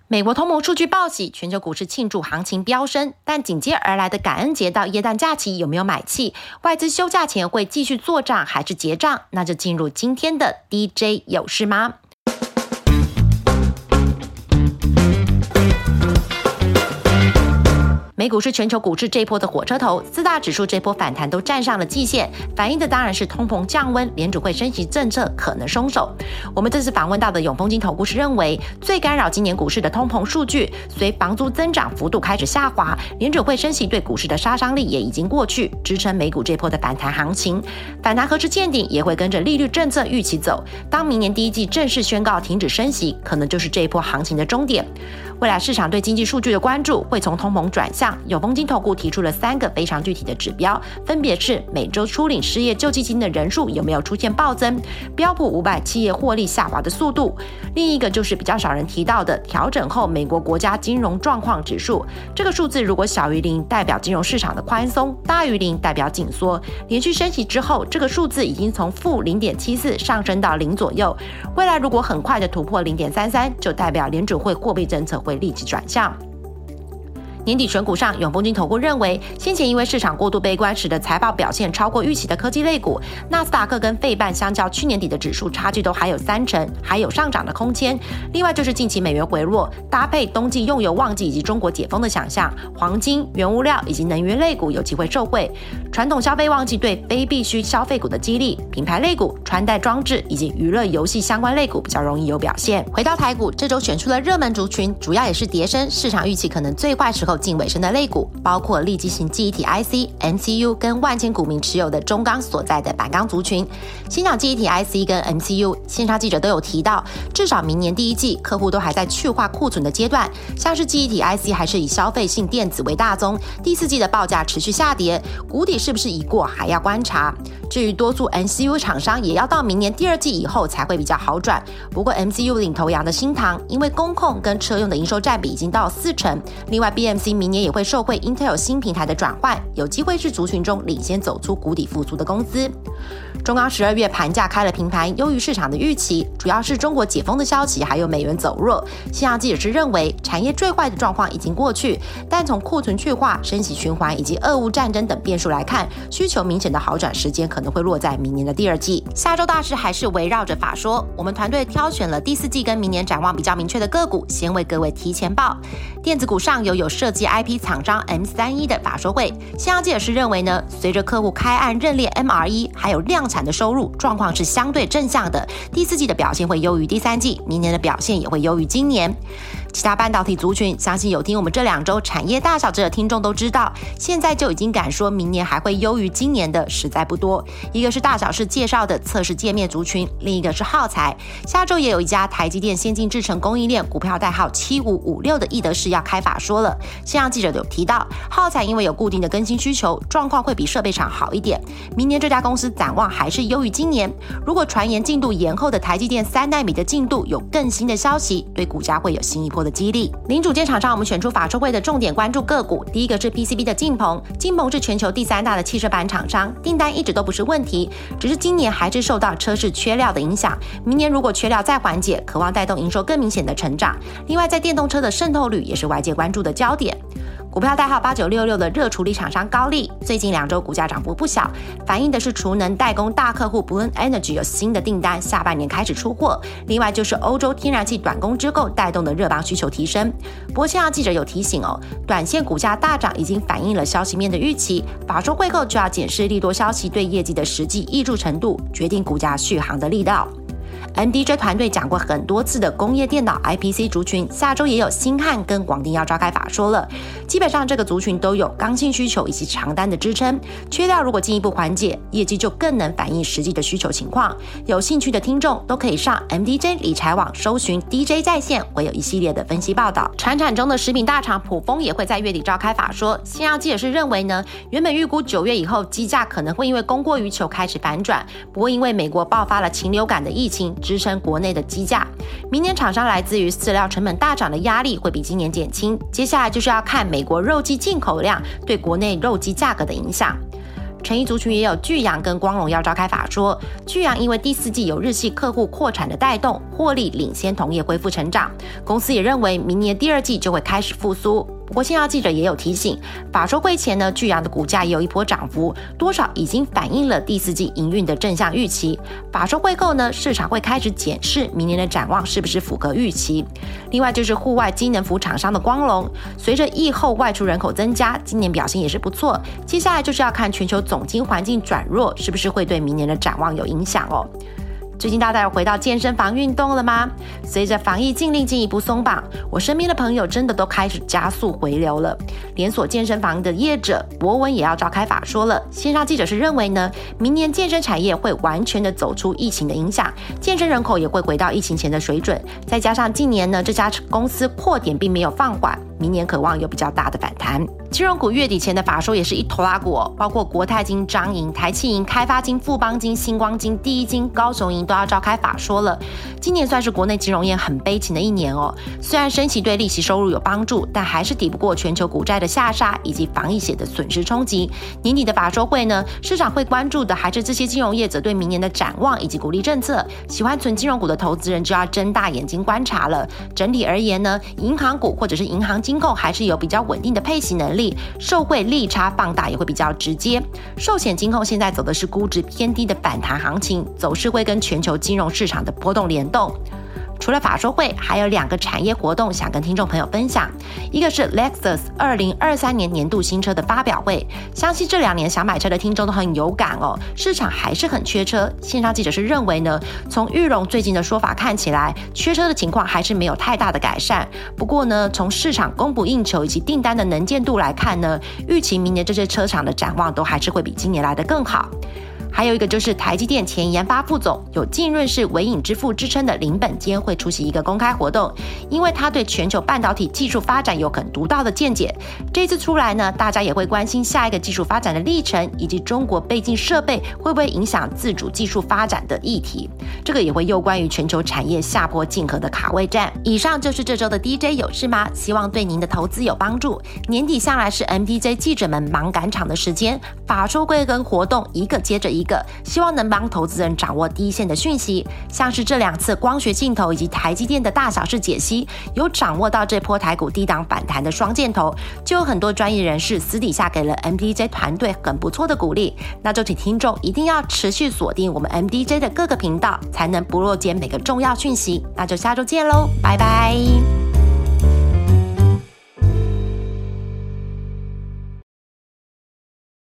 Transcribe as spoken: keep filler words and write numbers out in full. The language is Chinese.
美国通膨数据报喜，全球股市庆祝行情飙升，但紧接而来的感恩节到耶诞假期有没有买气？外资休假前会继续做账还是结账？那就进入今天的 D J 有事吗？美股是全球股市这一波的火车头，四大指数这波反弹都站上了季线，反映的当然是通膨降温，联储会升息政策可能松手。我们这次访问到的永丰金投顾是认为，最干扰今年股市的通膨数据，随房租增长幅度开始下滑，联储会升息对股市的杀伤力也已经过去，支撑美股这波的反弹行情。反弹何时见顶，也会跟着利率政策预期走。当明年第一季正式宣告停止升息，可能就是这一波行情的终点。未来市场对经济数据的关注会从通膨转向，永丰金投顾提出了三个非常具体的指标，分别是每周初领失业救济金的人数有没有出现暴增，标普五百企业获利下滑的速度，另一个就是比较少人提到的调整后美国国家金融状况指数。这个数字如果小于零，代表金融市场的宽松，大于零代表紧缩。连续升息之后，这个数字已经从负 零点七四 上升到零左右，未来如果很快的突破 零点三三，就代表联准会货币政策会立即转向。年底选股上，永丰金投顾认为，先前因为市场过度悲观，使得财报表现超过预期的科技类股，纳斯达克跟费半相较去年底的指数差距都还有三成，还有上涨的空间。另外就是近期美元回落，搭配冬季用油旺季以及中国解封的想象，黄金、原物料以及能源类股有机会受惠。传统消费旺季对非必需消费股的激励，品牌类股、穿戴装置以及娱乐游戏相关类股比较容易有表现。回到台股，这周选出了热门族群，主要也是跌升，市场预期可能最坏时候近尾声的类股，包括立基型记忆体 I C、M C U 跟万千股民持有的中钢所在的板钢族群。新厂记忆体 I C 跟 M C U， 线上记者都有提到，至少明年第一季客户都还在去化库存的阶段，像是记忆体 I C 还是以消费性电子为大宗，第四季的报价持续下跌，谷底是不是已过还要观察。至于多数 M C U 厂商也要到明年第二季以后才会比较好转，不过 M C U 领头羊的新唐，因为工控跟车用的营收占比已经到四成，另外 B M C 明年也会受惠 Intel 新平台的转换，有机会是族群中领先走出谷底复苏的公司。中钢十二月盘价开了平盘，优于市场的预期，主要是中国解封的消息，还有美元走弱。线上记者是认为，产业最坏的状况已经过去，但从库存去化、升息循环以及俄乌战争等变数来看，需求明显的好转时间可能会落在明年的第二季。下周大事还是围绕着法说，我们团队挑选了第四季跟明年展望比较明确的个股，先为各位提前报。电子股上游有设计 I P 厂商 M 三十一 的法说会，线上记者是认为呢，随着客户开案认列 M R 一，还有量产的收入状况是相对正向的，第四季的表现会优于第三季，明年的表现也会优于今年。其他半导体族群，相信有听我们这两周产业大小事的听众都知道，现在就已经敢说明年还会优于今年的实在不多。一个是大小事介绍的测试界面族群，另一个是耗材。下周也有一家台积电先进制程供应链股票代号七五五六的易德士要开法说了。线上记者有提到，耗材因为有固定的更新需求，状况会比设备厂好一点。明年这家公司展望还是优于今年。如果传言进度延后的台积电三奈米的进度有更新的消息，对股价会有新一波的激励。零组件厂商，我们选出法说会的重点关注个股，第一个是 P C B 的晋鹏，晋鹏是全球第三大的汽车板厂商，订单一直都不是问题，只是今年还是受到车市缺料的影响。明年如果缺料再缓解，渴望带动营收更明显的成长。另外，在电动车的渗透率也是外界关注的焦点。股票代号八九六六的热处理厂商高力，最近两周股价涨幅不小，反映的是储能代工大客户 Bloom Energy 有新的订单，下半年开始出货。另外就是欧洲天然气短供之后带动的热榜需求提升。不过线上记者有提醒哦，短线股价大涨已经反映了消息面的预期，法说会后就要检视利多消息对业绩的实际挹注程度，决定股价续航的力道。M D J 团队讲过很多次的工业电脑 I P C 族群，下周也有新汉跟广电要召开法说了。基本上这个族群都有刚性需求以及长单的支撑，缺料如果进一步缓解，业绩就更能反映实际的需求情况。有兴趣的听众都可以上 M D J 理财网搜寻 D J 在线，会有一系列的分析报道。传产中的食品大厂普丰也会在月底召开法说，线上记者是认为呢，原本预估九月以后鸡价可能会因为供过于求开始反转，不过因为美国爆发了禽流感的疫情，支撑国内的鸡价。明年厂商来自于饲料成本大涨的压力会比今年减轻，接下来就是要看美国肉鸡进口量对国内肉鸡价格的影响。 成衣族群也有巨阳跟光荣要召开法说。巨阳因为第四季有日系客户扩产的带动，获利领先同业恢复成长，公司也认为明年第二季就会开始复苏。不过，线上记者也有提醒，法说会前呢，巨阳的股价也有一波涨幅，多少已经反映了第四季营运的正向预期。法说会后呢，市场会开始检视明年的展望是不是符合预期。另外就是户外机能服厂商的光荣，随着疫后外出人口增加，今年表现也是不错。接下来就是要看全球总经环境转弱，是不是会对明年的展望有影响哦。最近大家有回到健身房运动了吗？随着防疫禁令进一步松绑，我身边的朋友真的都开始加速回流了。连锁健身房的业者博文也要召开法说了。线上记者是认为呢，明年健身产业会完全的走出疫情的影响，健身人口也会回到疫情前的水准。再加上近年呢，这家公司扩点并没有放缓，明年渴望有比较大的反弹。金融股月底前的法说也是一头拉股哦，包括国泰金、彰银、台企银、开发金、富邦金、星光金、第一金、高雄银都要召开法说了。今年算是国内金融业很悲情的一年哦，虽然升息对利息收入有帮助，但还是抵不过全球股债的下杀以及防疫险的损失冲击。年底的法说会呢，市场会关注的还是这些金融业者对明年的展望以及鼓励政策。喜欢存金融股的投资人就要睁大眼睛观察了。整体而言呢，银行股或者是银行金控还是有比较稳定的配息能力，受惠利差放大也会比较直接。寿险金控现在走的是估值偏低的反弹行情，走势会跟全球金融市场的波动联动。除了法说会，还有两个产业活动想跟听众朋友分享。一个是 Lexus 二零二三年年度新车的发表会，相信这两年想买车的听众都很有感哦，市场还是很缺车。线上记者是认为呢，从裕隆最近的说法看起来，缺车的情况还是没有太大的改善。不过呢，从市场供不应求以及订单的能见度来看呢，预期明年这些车厂的展望都还是会比今年来得更好。还有一个就是台积电前研发副总，有浸润式微影之父之称的林本坚会出席一个公开活动，因为他对全球半导体技术发展有很独到的见解。这次出来呢，大家也会关心下一个技术发展的历程，以及中国背景设备会不会影响自主技术发展的议题。这个也会攸关于全球产业下坡竞合的卡位战。以上就是这周的 D J 有事吗？希望对您的投资有帮助。年底向来是 M D J 记者们忙赶场的时间，法说会跟活动一个接着一个，希望能帮投资人掌握第一线的讯息，像是这两次光学镜头以及台积电的大小事解析，有掌握到这波台股低档反弹的双箭头，就有很多专业人士私底下给了 M D J 团队很不错的鼓励。那就请听众一定要持续锁定我们 M D J 的各个频道，才能不漏接每个重要讯息。那就下周见喽，拜拜。